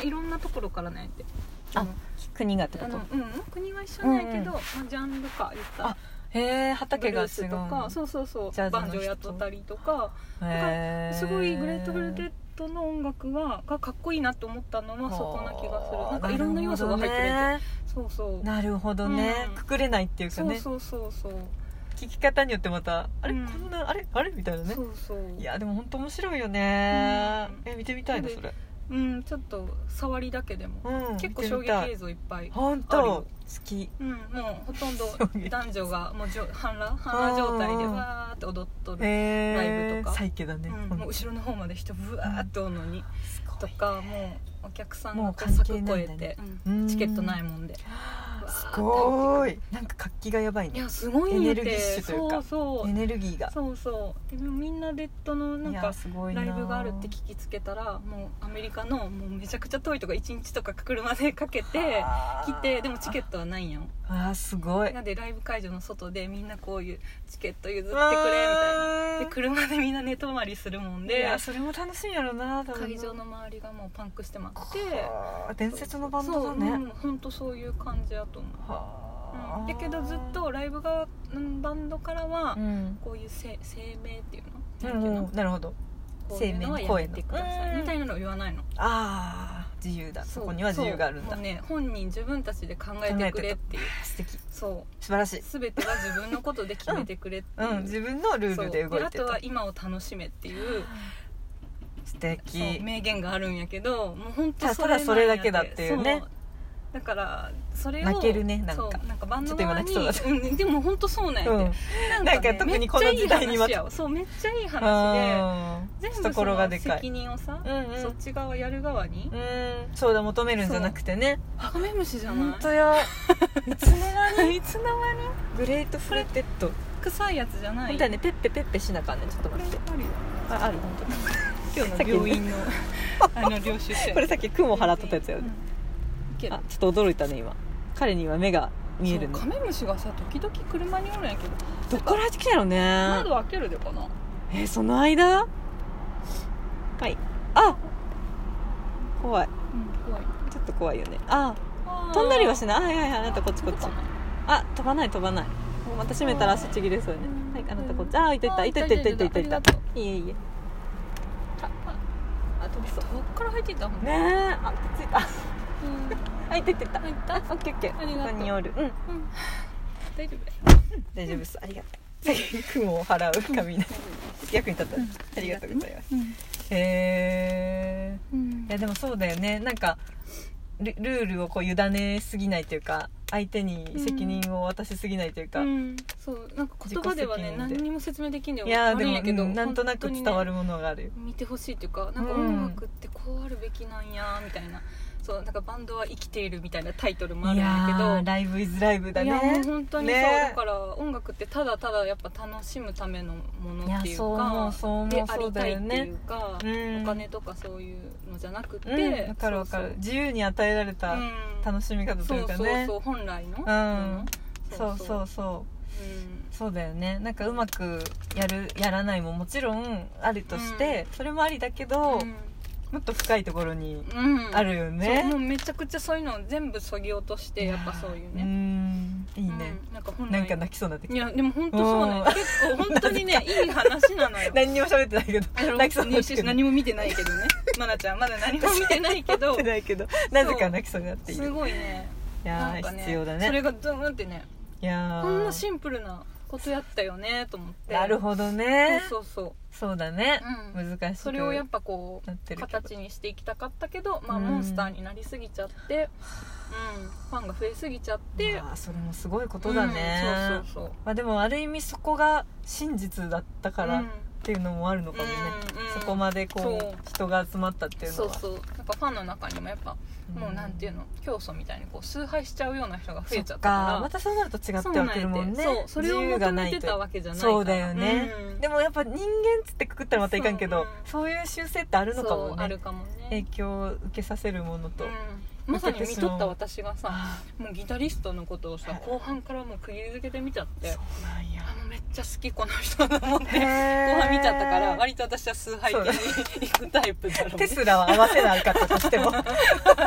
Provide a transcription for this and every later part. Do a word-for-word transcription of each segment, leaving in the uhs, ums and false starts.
いろんなところからねってあ国がってこと？ うん、国は一緒なんやけど、うんうんまあ、ジャンルか言ったらへえ畑が違うブルースとかそうそうそうバンジョーやっとったりとかへすごいグレートフルデッドの音楽はがかっこいいなと思ったのはそこな気がする。なんかいろんな要素が入ってるってそうそうなるほどね、うん、くくれないっていうかねそうそうそうそう聞き方によってまたあれ、 うん、 こんなあれあれみたいなねそうそういやでも本当面白いよね、うん、え見てみたいなそれうんちょっと触りだけでも、うん、結構衝撃映像いっぱいあるよ本当好き、 うん、もうほとんど男女がもう反乱反乱状態でわーって踊っとるライブとかサイケだね、 うん、もう後ろの方まで人ブワーっておるのに、うん、とかもうお客さんが柵越えて、うん、チケットないもんですごいなんか活気がやばいねいやすごいんやてエネルギッシュというかそうそうエネルギーがそうそうでもみんなデッドのなんかライブがあるって聞きつけたらもうアメリカのもうめちゃくちゃ遠いとかいちにちとか車でかけて来てでもチケットはないんやんあーすごいなんでライブ会場の外でみんなこういうチケット譲ってくれみたいなで車でみんな寝泊まりするもんでいやそれも楽しいんやろな多分会場の周りがもうパンクしてまって伝説のバンドだねそう本当そういう感じやと思うはうん、だけどずっとライブ側バンドからはこういう声明っていうの、 うん、 なんていうの、 うん、なるほどこういうのはやめてくださいみたいなのを言わないのああ自由だ そ, そこには自由があるんだもうね本人自分たちで考えてくれっていう素敵そう素晴らしい全ては自分のことで決めてくれっていう、 うんうん、自分のルールで動いてたあとは今を楽しめっていう素敵名言があるんやけどもう本当ただそれだけだっていうねだからそれを泣けるねなんかそうなんかバンド側にちょっと今泣きそうだった、うん、でも本当そうなんやって、うん、なんか、ね、 なんか特にこの時代にめっちゃいい話やそうめっちゃいい話で全部その責任をさ、うんうん、そっち側やる側にうんそうだ求めるんじゃなくてねカメムシじゃない本当やいつの間にいつの間にグレートフルテッド臭いやつじゃない本当はねペッペペッペしなかんねちょっと待ってあある本当に今日の病院のあの領収書これさっき雲払っとったやつやね、うん、あちょっと驚いたね今彼には目が見えるねカメムシがさ時々車におるんやけどどっから入ってきたのね窓開けるでかなえー、その間はいあ怖い、 うん、怖いちょっと怖いよねあ飛んだりはしないあはいはいはいあなたこっちこっちあ飛ばない飛ばないまた閉めたら足ちぎれそうねはいあなたこっちあいたいたいたいたいたいたいたいたいえいえああ飛びそうどっから入っていったねえあくっついたあいたいたいた入ったオッケーオッケーありがとうここにおるうん、うん、 大丈夫大丈夫ですありがとう最近雲を払う髪の役に立った、うん、ありがとうございます、うん、へえ、うん、いやでもそうだよねなんか ル, ルールをこう委ねすぎないというか相手に責任を渡しすぎないというか、 うん、そうなんか言葉ではね何にも説明できんでいやでも、 けど、 うん、なんとなく伝わるものがある、 ね、見てほしいっていうかなんか音楽ってこうあるべきなんやみたいなそうなんかバンドは生きているみたいなタイトルもあるんだけどライブイズライブだねいやもう本当にそう、ね、だから音楽ってただただやっぱ楽しむためのものっていうかでありたいっていうか、うん、お金とかそういうのじゃなくて、 うん、分かる分かる自由に与えられた楽しみ方というかね、うん、そうそうそう本来の、 うん、そうそうそう、うん、そうだよねなんかうまくやるやらないももちろんあるとして、うん、それもありだけど、うんもっと深いところにあるよね、 うん、そうもうめちゃくちゃそういうのを全部削ぎ落としてやっぱそういうねうんいいね、 うん、なんか本来なんか泣きそうになってきたいやでも本当そうね結構本当にねいい話なのよ何にも喋ってないけど泣きそうになって何も見てないけどねまなちゃんまだ何も見てないけど見てないけどなぜか泣きそうになっているすごいねいやー、ね、必要だねそれがドーンってねいやこんなシンプルなことやったよねと思ってなるほどねそうそうそうそうだね、 うん、 難しいそれをやっぱこう形にしていきたかったけど、まあ、モンスターになりすぎちゃって、うん、ファンが増えすぎちゃって、 まあ、それもすごいことだね、 うん、そうそうそう、 まあ、でもある意味そこが真実だったからっていうのもあるのかもね、うんうん、そこまでこう人が集まったっていうのはそうそうなんかファンの中にもやっぱ、うん、もうなんていうの競争みたいにこう崇拝しちゃうような人が増えちゃったからまたそうなると違ってはくるもんねそうそれを求めてたわけじゃないそうだよね、うん、でもやっぱ人間つってくくったらまたいかんけどそう、うん、そういう習性ってあるのかもねあるかもね影響を受けさせるものと、うんまさに見とった私がさもうギタリストのことをさ後半からもう釘付けて見ちゃってそうなんやもうめっちゃ好きこの人と思って後半見ちゃったから割と私は崇拝系に行くタイプだろう、ね、 テスラは合わせなかったとしても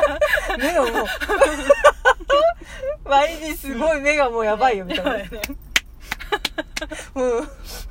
よもうワイディ すごい目がもうやばいよみたいな、ね、もう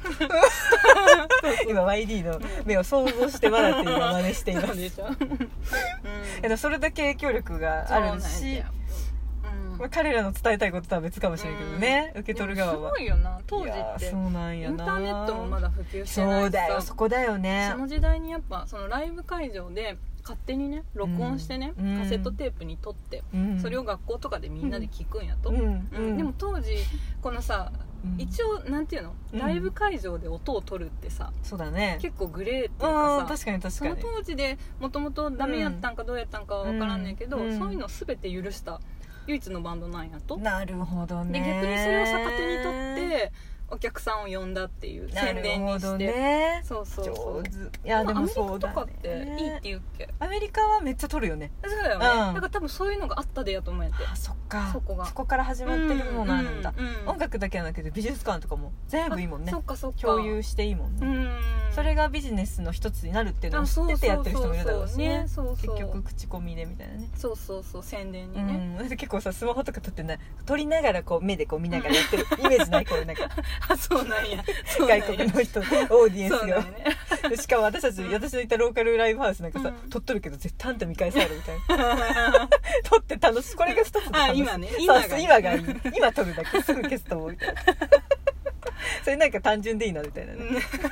今 ワイディ の目を想像して笑って今真似しています。そうでしょ、うん、それだけ影響力があるし、まあ、彼らの伝えたいこととは別かもしれないけどね、うん、受け取る側はすごいよな当時って。 そうなんやな、 インターネットもまだ普及してないし、 そうだよそこだよね。 その時代にやっぱそのライブ会場で勝手にね録音してね、うん、カセットテープに撮って、うん、それを学校とかでみんなで聞くんやと、うんうんうん、でも当時このさ、うん、一応なんていうの、うん、ライブ会場で音を取るってさ、 そうだね、 結構グレーっていうかさ、 確かに確かにその当時でもともとダメやったんかどうやったんかは分からんねんけど、うん、そういうの全て許した唯一のバンドなんやと。 なるほどね。 で逆にそれを逆手に取ってお客さんを呼んだっていう宣伝にして、ね、そうそうそう、上手。いやでもそうだね、アメリカとかっていいって言うっけ。 アメリカはめっちゃ撮るよね。 そうだよね、うん、だから多分そういうのがあったでやと思えて。 あ、そっか、そこがそこから始まってるものなんだ、うんうんうん、音楽だけじゃなくて美術館とかも全部いいもんね。 そっかそっか、 共有していいもんね、うん、それがビジネスの一つになるっていうのを知っててやってる人もいるだろうしね。結局口コミでみたいなね。 そうそうそう、宣伝にね、 うん、結構さスマホとか撮ってない、撮りながらこう目でこう見ながらやってるイメージないこれなんかあ、そうなんや外国の人オーディエンスが、ね、しかも私たち、うん、私のいたローカルライブハウスなんかさ、うん、撮っとるけど絶対あんた見返されるみたいな撮って楽しい、これが一つの楽しい。 あ、今ね、今が、ね、 今がいい、今撮るだけすぐ消すと思うみたいなそれなんか単純でいいなみたいなね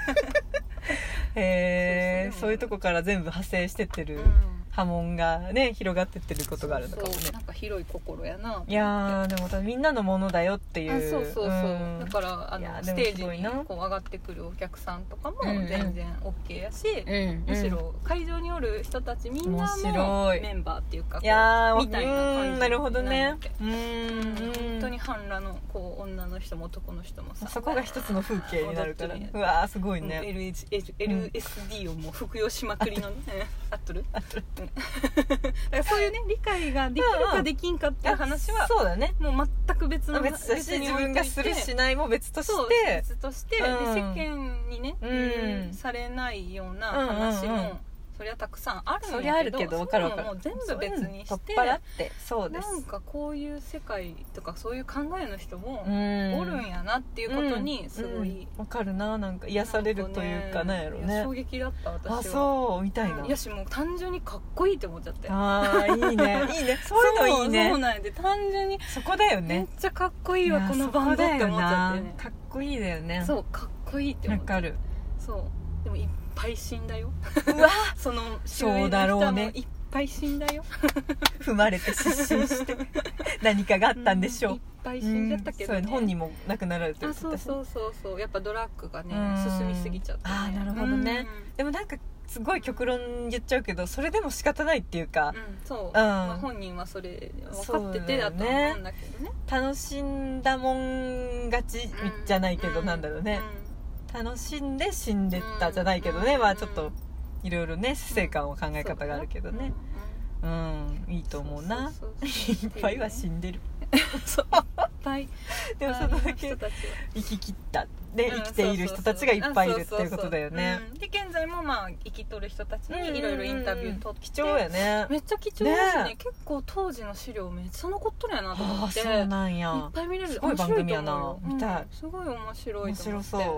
へえ、そういうとこから全部派生してってる、うん、波紋がね広がってってることがあるのかもね。 そうそう、なんか広い心やな。 いやでもみんなのものだよっていう。 あ、そうそうそう、うん、だからあのステージにこう上がってくるお客さんとかも全然 OK やし、うんうん、むしろ会場におる人たちみんなもメンバーっていうかこう、いやみたいな感じ。 なるほどね。 うん、本当に半裸のこう女の人も男の人もさ、 そこが一つの風景になるから、うわーすごいね。 エルエスディー をもう服用しまくりのね合っとる合っとるだからそういうね理解ができるかできんかっていう話は、 そうだね、 もう全く別の別だし、自分がするしないも別として、そう別として、うん、で世間にね、うん、されないような話も、うんうんうん、そりゃたくさんあるんやけど、 そりゃあるけど分かる分かる、 もう全部別にして取っ払って、そうです、 なんかこういう世界とかそういう考えの人もおるんやなっていうことにすごい、うんうん、分かるな、なんか癒されるというか、なんやろね、 衝撃だった私は。 あ、そうみたいな、うん、 いやしもう単純にかっこいいって思っちゃって、 ああいいねいいね、そういうのいいね、 そうなんで単純にそこだよね、 めっちゃかっこいいわこのバンドって思っちゃってね、 かっこいいだよね、 そうかっこいいって思って、 分かる、 そうでもいっぱい死んだようわそのそうだろうね、 いっぱい死んだよ踏まれて失神して何かがあったんでしょう、うん、 いっぱい死んじゃったけどね、 うん、本人も亡くなられてるって言ったし、 あ、そうそうそうそう、やっぱドラッグがね、うん、進みすぎちゃって、ね、 あ、なるほどね、うん、でもなんかすごい極論言っちゃうけどそれでも仕方ないっていうか、うん、 そう、うん、まあ、本人はそれ分かっててだと思うんだけどね、 楽しんだもん勝ちじゃないけど、うん、なんだろうね、うん、楽しんで死んでったじゃないけどね、うん、まあちょっといろいろね死生観は考え方があるけどね、うん、うん、いいと思うな、いっぱいは死んでるそういっぱいでもそのだけ生き切ったで、うん、生きている人たちがいっぱいいるっていうことだよね。 で現在もまあ生きとる人たちにいろいろインタビュー取って、 貴重やね、 めっちゃ貴重ですね、ね、結構当時の資料めっちゃ残っとるやなと思って、 そうなんや、 いっぱい見れる、 すごい番組やな、見たい、 うん、すごい面白いと思って、 面白そう、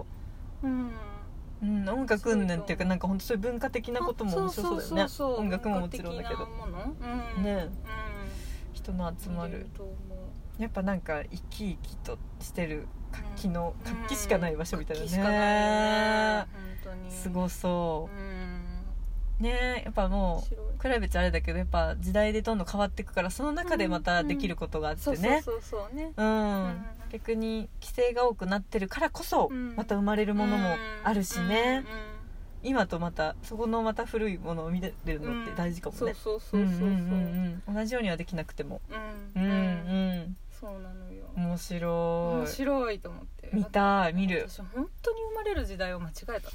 うんうん、音楽云々っていうかなんか本当そういう文化的なことも面白そうだよね。そうそうそうそう、音楽ももちろんだけど、うん、ね、うん、人の集まる、やっぱなんか生き生きとしてる活気の、うん、活気しかない場所みたいなね、うん、ね、本当にすごそう、うん、ね、やっぱもう比べちゃあれだけどやっぱ時代でどんどん変わっていくからその中でまたできることがあってね、逆に規制が多くなってるからこそまた生まれるものもあるしね、今とまたそこのまた古いものを見れるのって大事かもね、同じようにはできなくても、うんうんうん、そうなのよ、面白い面白いと思って、 見たい、見る、 私本当に生まれる時代を間違えたと思って、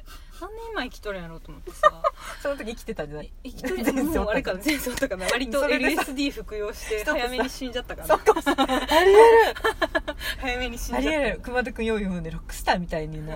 なんで今生きとるんやろうと思ってさその時生きてたんじゃない、 生きとるもうあれかな、前世とかな、割と エルエスディー 服用して早めに死んじゃったから、そうかありえる早めに死んじゃった、ありえる、熊田くんよう言うね、ロックスターみたいにね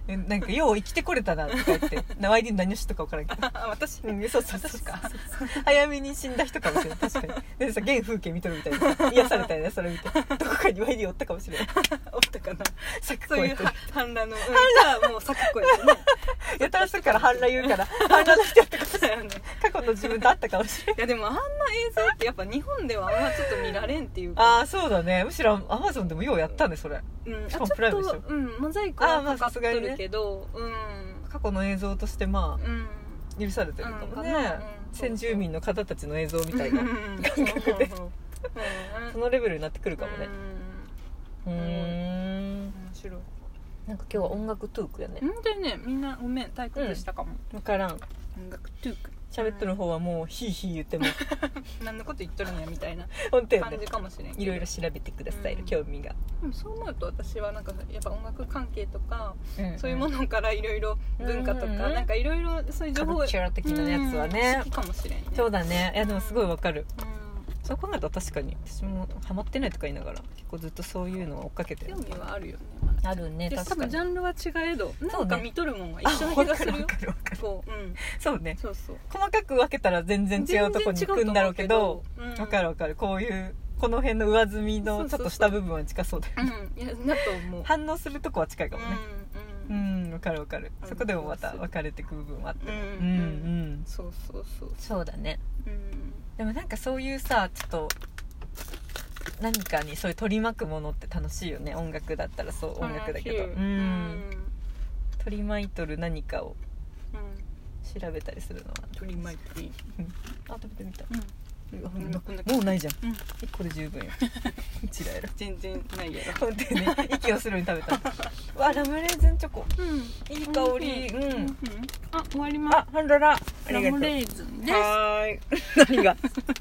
なんかよう生きてこれたなとか言ってワイディ何を知ったか分からんけど私、 うん、そうそうそう私か早めに死んだ人かもしれない確かにでさ原風景見とるみたいなさ癒されたよねそれ見てどこかにワイディおったかもしれないおったかな柵そういう越えてる反乱の、うん、じゃあもう柵越えてねやたらするから反乱言うから反乱の人やったかもしれないそうやね過去の自分とあったかもしれないいやでもあんな映像ってやっぱ日本ではあんまちょっと見られんっていうかああそうだねむしろアマゾンでもようやったねそれうん、 しかもプライムでしょちょっと、うん、モザイクはかかってるけど、 過去の映像としてまあ、 うん許されてるかもね、 うんうん先住民の方たちの映像みたいな感覚でそのレベルになってくるかもねうーん面白いなんか今日は音楽トゥークやね本当にねみんなごめん退屈したかも、 分からん音楽トゥーク喋ってる方はもうヒーヒー言っても何のこと言っとるんやみたいな本当よね感じかもしれんけどいろいろ調べてください、 うん興味が、 でもそう思うと私はなんかやっぱ音楽関係とか、 うんうん、 そういうものからいろいろ文化とか、 うんうんなんかいろいろそういう情報カルチャー的なやつはね、 うん好きかもしれんねそうだねいやでもすごいわかる、 うんそう考えたら確かに私もハマってないとか言いながら結構ずっとそういうのを追っかけてる興味はあるよね、まだあるねで多確かに分ジャンルは違えどそうねなんか見とるもんは一緒な気がするよあわかるわかるわかるこう、うん、 そうねそうそう細かく分けたら全然違うとこに行くんだろうけど全然違うと思うけどうん分かる分かるこういうこの辺の上積みのちょっとした部分は近そうだよねうんいやだと思う反応するとこは近いかもねううんん分かる分かるうんそこでもまた分かれていく部分はあってうんうんうんうんそうそうそうそうだねうんでもなんかそういうさちょっと何かにそういう取り巻くものって楽しいよね音楽だったらそう音楽だけど楽しいうん取り巻いとる何かをうん調べたりするのは取り巻いていいあ食べてみたうんうわうんこんだけもうないじゃんうんいっこで十分ようちらやろ全然ないやろ本当にね息をするように食べたうわラムレーズンチョコうんいい香りうんあ終わりますあハンドラあラりがとうムレーズンですはーい何が